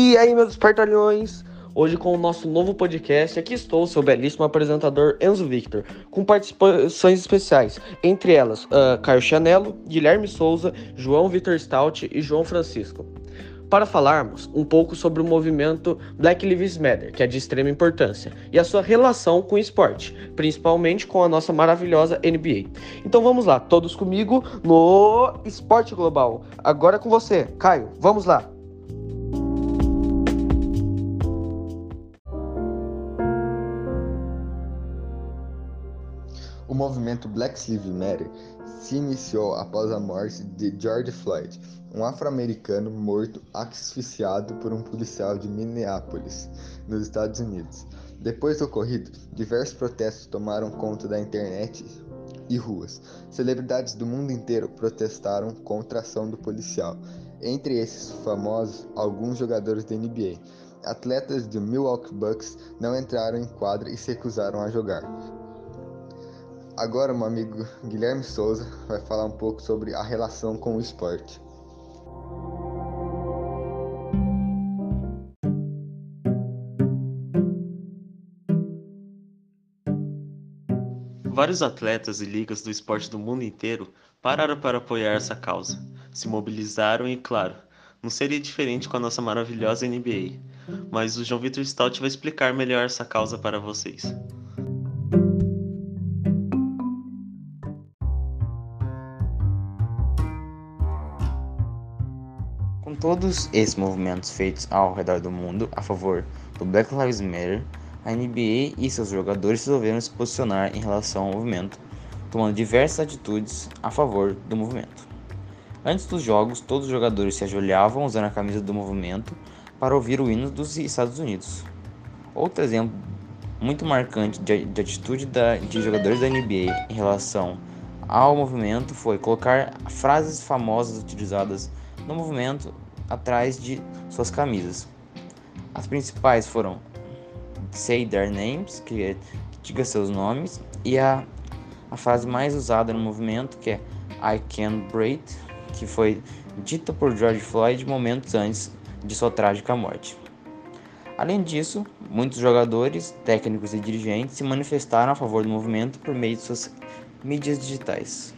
E aí, meus espertalhões? Hoje com o nosso novo podcast, aqui estou, seu belíssimo apresentador Enzo Victor, com participações especiais, entre elas Caio Chanello, Guilherme Souza, João Vitor Stout e João Francisco, para falarmos um pouco sobre o movimento Black Lives Matter, que é de extrema importância, e a sua relação com o esporte, principalmente com a nossa maravilhosa NBA. Então vamos lá, todos comigo no Esporte Global. Agora é com você, Caio, vamos lá! O movimento Black Lives Matter se iniciou após a morte de George Floyd, um afro-americano morto asfixiado por um policial de Minneapolis, nos Estados Unidos. Depois do ocorrido, diversos protestos tomaram conta da internet e ruas. Celebridades do mundo inteiro protestaram contra a ação do policial. Entre esses famosos, alguns jogadores da NBA. Atletas do Milwaukee Bucks não entraram em quadra e se recusaram a jogar. Agora, meu amigo Guilherme Souza vai falar um pouco sobre a relação com o esporte. Vários atletas e ligas do esporte do mundo inteiro pararam para apoiar essa causa, se mobilizaram e, claro, não seria diferente com a nossa maravilhosa NBA, mas o João Vitor Stout vai explicar melhor essa causa para vocês. Com todos esses movimentos feitos ao redor do mundo a favor do Black Lives Matter, a NBA e seus jogadores resolveram se posicionar em relação ao movimento, tomando diversas atitudes a favor do movimento. Antes dos jogos, todos os jogadores se ajoelhavam usando a camisa do movimento para ouvir o hino dos Estados Unidos. Outro exemplo muito marcante de atitude de jogadores da NBA em relação ao movimento foi colocar frases famosas utilizadas no movimento atrás de suas camisas. As principais foram Say Their Names, que é diga seus nomes, e a frase mais usada no movimento, que é I Can't Breathe, que foi dita por George Floyd momentos antes de sua trágica morte. Além disso, muitos jogadores, técnicos e dirigentes se manifestaram a favor do movimento por meio de suas mídias digitais.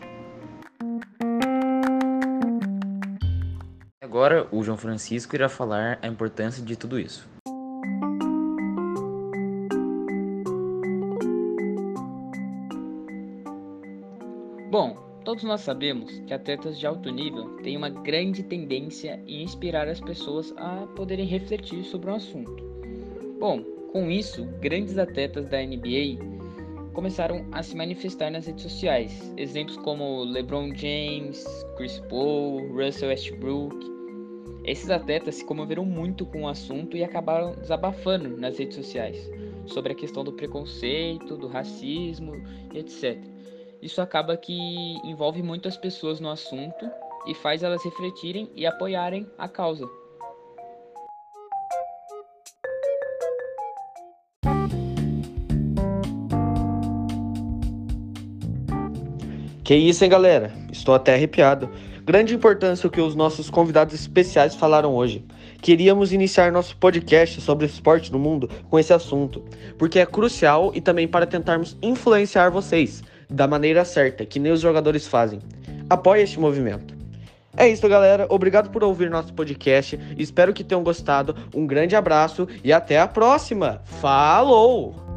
Agora, o João Francisco irá falar a importância de tudo isso. Bom, todos nós sabemos que atletas de alto nível têm uma grande tendência em inspirar as pessoas a poderem refletir sobre um assunto. Bom, com isso, grandes atletas da NBA começaram a se manifestar nas redes sociais. Exemplos como LeBron James, Chris Paul, Russell Westbrook. Esses atletas se comoveram muito com o assunto e acabaram desabafando nas redes sociais sobre a questão do preconceito, do racismo, etc. Isso acaba que envolve muitas pessoas no assunto e faz elas refletirem e apoiarem a causa. Que isso, hein, galera? Estou até arrepiado. Grande importância o que os nossos convidados especiais falaram hoje. Queríamos iniciar nosso podcast sobre esporte no mundo com esse assunto, porque é crucial e também para tentarmos influenciar vocês da maneira certa, que nem os jogadores fazem. Apoie este movimento. É isso, galera. Obrigado por ouvir nosso podcast. Espero que tenham gostado. Um grande abraço e até a próxima. Falou!